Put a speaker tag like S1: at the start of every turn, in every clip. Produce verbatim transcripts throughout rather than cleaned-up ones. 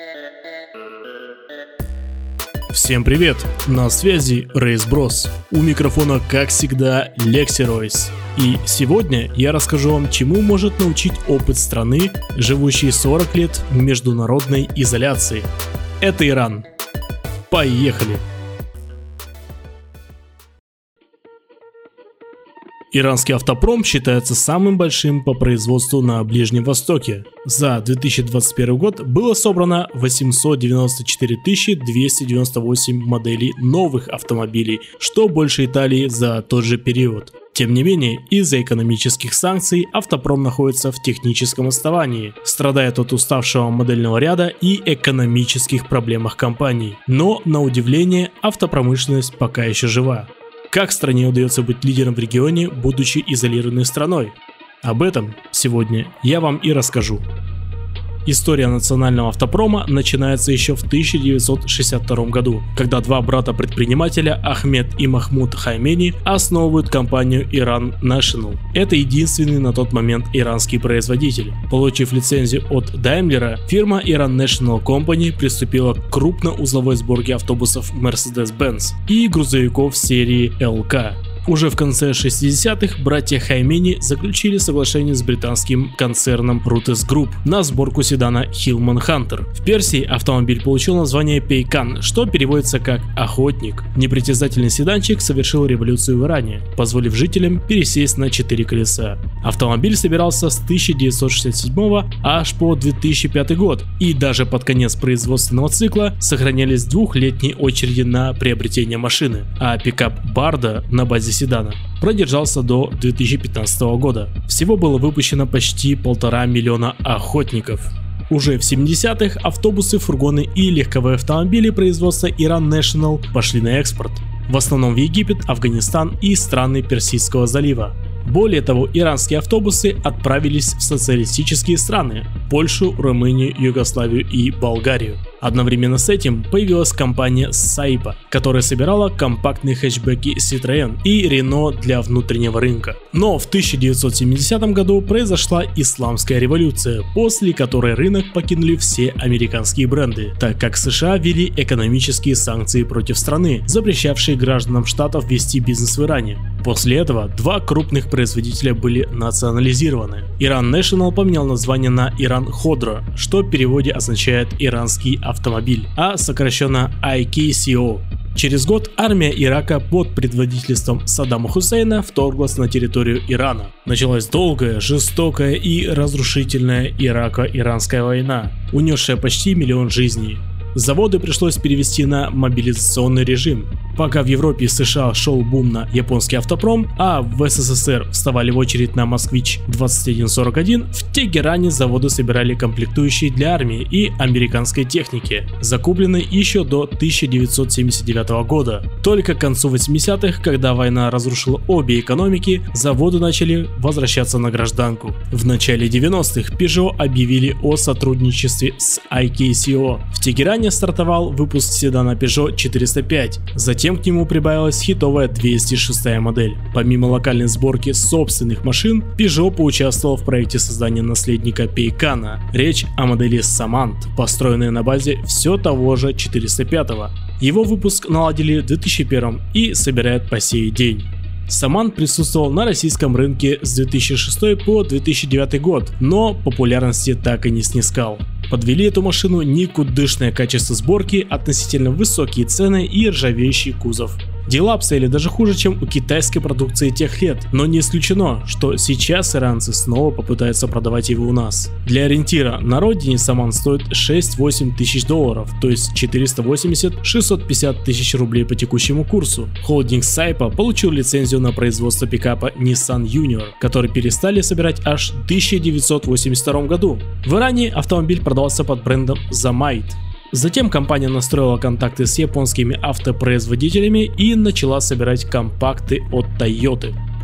S1: Всем привет! На связи Race Bros. У микрофона, как всегда, Lexi-Royce. И сегодня я расскажу вам, чему может научить опыт страны, живущей сорок лет в международной изоляции. Это Иран. Поехали! Иранский автопром считается самым большим по производству на Ближнем Востоке. За две тысячи двадцать первый год было собрано восемьсот девяносто четыре тысячи двести девяносто восемь моделей новых автомобилей, что больше Италии за тот же период. Тем не менее, из-за экономических санкций автопром находится в техническом отставании, страдает от уставшего модельного ряда и экономических проблемах компании. Но, на удивление, автопромышленность пока еще жива. Как стране удается быть лидером в регионе, будучи изолированной страной? Об этом сегодня я вам и расскажу. История национального автопрома начинается еще в тысяча девятьсот шестьдесят втором году, когда два брата-предпринимателя Ахмед и Махмуд Хаймени основывают компанию Iran National. Это единственный на тот момент иранский производитель. Получив лицензию от Daimler, фирма Iran National Company приступила к крупноузловой сборке автобусов Mercedes-Benz и грузовиков серии эл ка. Уже в конце шестидесятых братья Хаймени заключили соглашение с британским концерном Rutes Group на сборку седана Hillman Hunter. В Персии автомобиль получил название Peykan, что переводится как «охотник». Непритязательный седанчик совершил революцию в Иране, позволив жителям пересесть на четыре колеса. Автомобиль собирался с тысяча девятьсот шестьдесят седьмого аж по две тысячи пятый год, и даже под конец производственного цикла сохранялись двухлетние очереди на приобретение машины, а пикап Барда на базе седана продержался до две тысячи пятнадцатого года. Всего было выпущено почти полтора миллиона охотников. Уже в семидесятых автобусы, фургоны и легковые автомобили производства Iran National пошли на экспорт, в основном в Египет, Афганистан и страны Персидского залива. Более того, иранские автобусы отправились в социалистические страны – Польшу, Румынию, Югославию и Болгарию. Одновременно с этим появилась компания Saipa, которая собирала компактные хэтчбеки Citroën и Renault для внутреннего рынка. Но в тысяча девятьсот семидесятом году произошла исламская революция, после которой рынок покинули все американские бренды, так как США ввели экономические санкции против страны, запрещавшие гражданам штатов вести бизнес в Иране. После этого два крупных производителя были национализированы. Iran National поменял название на Iran Khodro, что в переводе означает «иранский автомобиль», а сокращенно ай кей си о. Через год армия Ирака под предводительством Саддама Хусейна вторглась на территорию Ирана. Началась долгая, жестокая и разрушительная Ирако-Иранская война, унесшая почти миллион жизней. Заводы пришлось перевести на мобилизационный режим. Пока в Европе и США шел бум на японский автопром, а в эс эс эс эр вставали в очередь на Москвич двадцать один сорок один, в Тегеране заводы собирали комплектующие для армии и американской техники, закупленной еще до тысяча девятьсот семьдесят девятого года. Только к концу восьмидесятых, когда война разрушила обе экономики, заводы начали возвращаться на гражданку. В начале девяностых Peugeot объявили о сотрудничестве с ай кей си о. В Тегеране стартовал выпуск седана Peugeot четыреста пять, затем к нему прибавилась хитовая двести шестая модель. Помимо локальной сборки собственных машин, Peugeot поучаствовал в проекте создания наследника Пейкана. Речь о модели Samant, построенной на базе все того же четыреста пятого. Его выпуск наладили в две тысячи первом и собирают по сей день. Samant присутствовал на российском рынке с две тысячи шестого по две тысячи девятый год, но популярности так и не снискал. Подвели эту машину никудышное качество сборки, относительно высокие цены и ржавеющий кузов. Дела обстояли даже хуже, чем у китайской продукции тех лет, но не исключено, что сейчас иранцы снова попытаются продавать его у нас. Для ориентира, на родине Samant стоит шесть-восемь тысяч долларов, то есть четыреста восемьдесят - шестьсот пятьдесят тысяч рублей по текущему курсу. Холдинг Saipa получил лицензию на производство пикапа Nissan Junior, который перестали собирать аж в тысяча девятьсот восемьдесят втором году. В Иране автомобиль продавался под брендом Zamite. Затем компания настроила контакты с японскими автопроизводителями и начала собирать компакты от Toyota.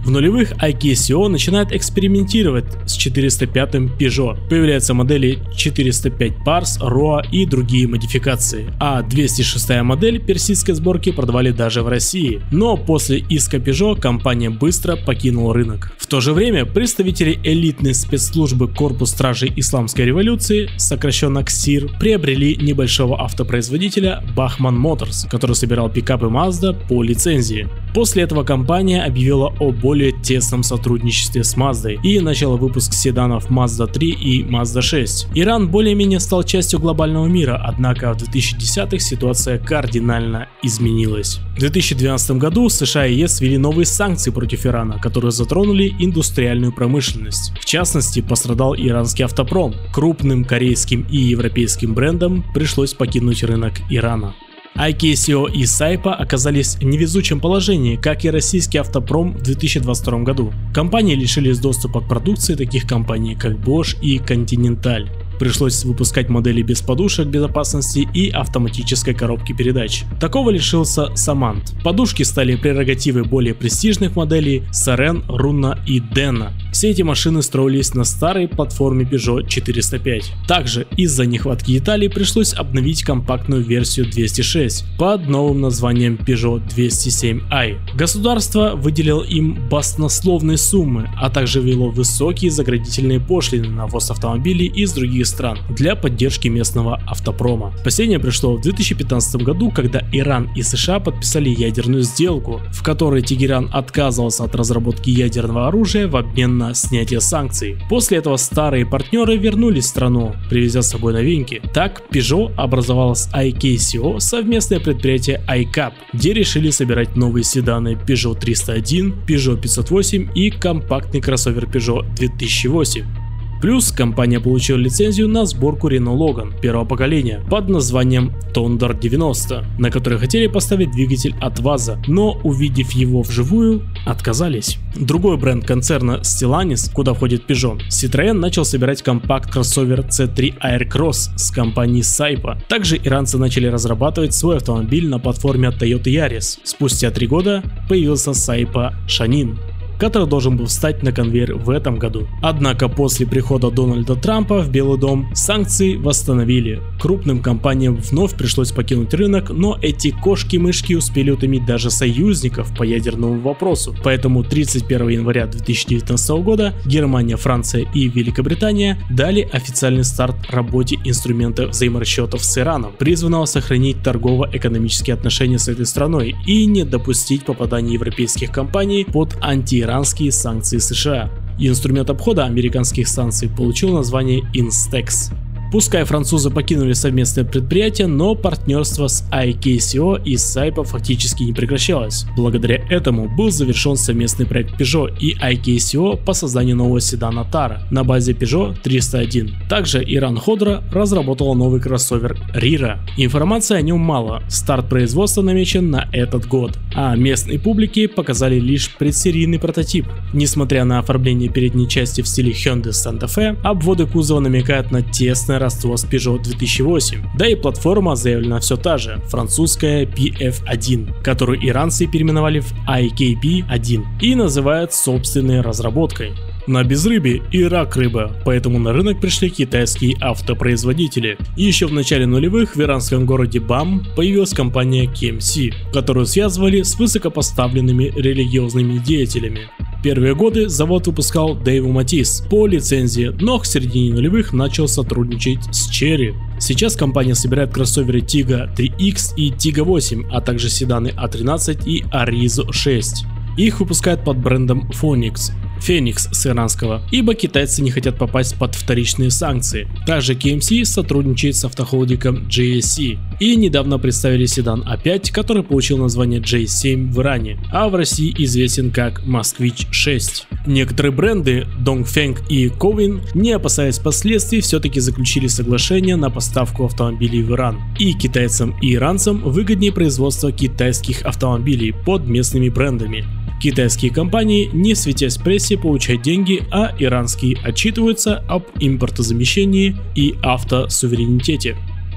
S1: В нулевых ай кей си о начинает экспериментировать с четыреста пятым Peugeot. Появляются модели четыреста пять Pars, роа и другие модификации. А двести шестая модель персидской сборки продавали даже в России. Но после иска Peugeot компания быстро покинула рынок. В то же время представители элитной спецслужбы Корпус Стражей Исламской революции, сокращенно КСИР, приобрели небольшого автопроизводителя Bachmann Motors, который собирал пикапы Mazda по лицензии. После этого компания объявила о более тесном сотрудничестве с Маздой и начала выпуск седанов Mazda три и Mazda шесть. Иран более-менее стал частью глобального мира, однако в две тысячи десятых ситуация кардинально изменилась. В две тысячи двенадцатом году США и ЕС ввели новые санкции против Ирана, которые затронули индустриальную промышленность. В частности, пострадал иранский автопром. Крупным корейским и европейским брендам пришлось покинуть рынок Ирана. ай кей си о и Сайпа оказались в невезучем положении, как и российский автопром в две тысячи двадцать втором году. Компании лишились доступа к продукции таких компаний, как Bosch и Continental. Пришлось выпускать модели без подушек безопасности и автоматической коробки передач. Такого лишился Samant. Подушки стали прерогативой более престижных моделей Сарен, Руна и Дена. Все эти машины строились на старой платформе Peugeot четыреста пять. Также из-за нехватки деталей пришлось обновить компактную версию двести шесть под новым названием Peugeot двести семь ай. Государство выделило им баснословные суммы, а также ввело высокие заградительные пошлины на ввоз автомобилей из других стран для поддержки местного автопрома. Спасение пришло в две тысячи пятнадцатом году, когда Иран и США подписали ядерную сделку, в которой Тегеран отказывался от разработки ядерного оружия в обмен на снятие санкций. После этого старые партнеры вернулись в страну, привезя с собой новинки. Так Peugeot образовала с ай кей си о совместное предприятие ай кап, где решили собирать новые седаны Peugeot триста один, Peugeot пятьсот восемь и компактный кроссовер Peugeot две тысячи восемь. Плюс компания получила лицензию на сборку Renault Logan первого поколения под названием Thunder девяносто, на который хотели поставить двигатель от ВАЗа, но увидев его вживую, отказались. Другой бренд концерна Stellantis, куда входит Peugeot, Citroën начал собирать компакт-кроссовер си три Aircross с компанией Сайпа. Также иранцы начали разрабатывать свой автомобиль на платформе от Toyota Yaris. Спустя три года появился Сайпа Шанин, который должен был встать на конвейер в этом году. Однако после прихода Дональда Трампа в Белый дом санкции восстановили. Крупным компаниям вновь пришлось покинуть рынок, но эти кошки-мышки успели утомить даже союзников по ядерному вопросу. Поэтому тридцать первого января две тысячи девятнадцатого года Германия, Франция и Великобритания дали официальный старт работе инструмента взаиморасчетов с Ираном, призванного сохранить торгово-экономические отношения с этой страной и не допустить попадания европейских компаний под антииранские санкции США. Инструмент обхода американских санкций получил название Instex. Пускай французы покинули совместное предприятие, но партнерство с ай кей си о и Сайпа фактически не прекращалось. Благодаря этому был завершен совместный проект Peugeot и ай кей си о по созданию нового седана Tara на базе Peugeot триста один. Также Иран Ходра разработала новый кроссовер Rira. Информации о нем мало, старт производства намечен на этот год, а местной публике показали лишь предсерийный прототип. Несмотря на оформление передней части в стиле Hyundai Santa Fe, обводы кузова намекают на тесное родство с Peugeot две тысячи восемь, да и платформа заявлена все та же, французская пи эф один, которую иранцы переименовали в ай кей пи один и называют собственной разработкой. На безрыбье и рак рыба, поэтому на рынок пришли китайские автопроизводители. И еще в начале нулевых в иранском городе Бам появилась компания кей эм си, которую связывали с высокопоставленными религиозными деятелями. В первые годы завод выпускал Daewoo Matiz по лицензии, но к середине нулевых начал сотрудничать с Chery. Сейчас компания собирает кроссоверы Tiggo три икс и Tiggo восемь, а также седаны а тринадцать и Arizo шесть. Их выпускают под брендом Phoenix, Феникс с иранского, ибо китайцы не хотят попасть под вторичные санкции. Также кей эм си сотрудничает с автохолдингом джей эс си и недавно представили седан а пять, который получил название джей семь в Иране, а в России известен как Москвич шесть. Некоторые бренды Dongfeng и Kovin, не опасаясь последствий, все-таки заключили соглашение на поставку автомобилей в Иран. И китайцам и иранцам выгоднее производство китайских автомобилей под местными брендами. Китайские компании, не светясь в прессе, получают деньги, а иранские отчитываются об импортозамещении и автосуверенитете.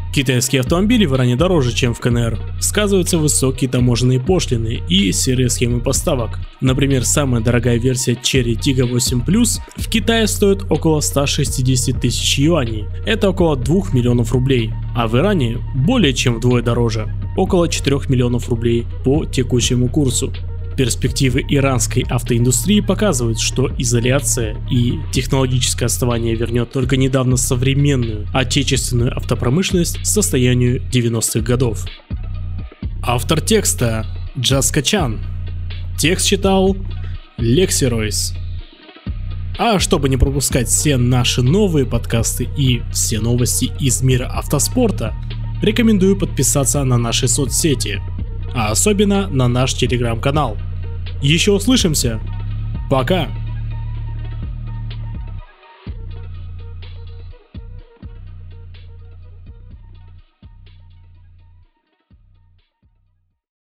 S1: Китайские автомобили в Иране дороже, чем в КНР. Сказываются высокие таможенные пошлины и серые схемы поставок. Например, самая дорогая версия Chery Tiggo восемь плюс в Китае стоит около ста шестидесяти тысяч юаней. Это около двух миллионов рублей. А в Иране более чем вдвое дороже. Около четырёх миллионов рублей по текущему курсу. Перспективы иранской автоиндустрии показывают, что изоляция и технологическое отставание вернет только недавно современную отечественную автопромышленность к состоянию девяностых годов. Автор текста Джаз Качан. Текст читал Лексиройс. А чтобы не пропускать все наши новые подкасты и все новости из мира автоспорта, рекомендую подписаться на наши соцсети, а особенно на наш телеграм-канал. Еще услышимся. Пока.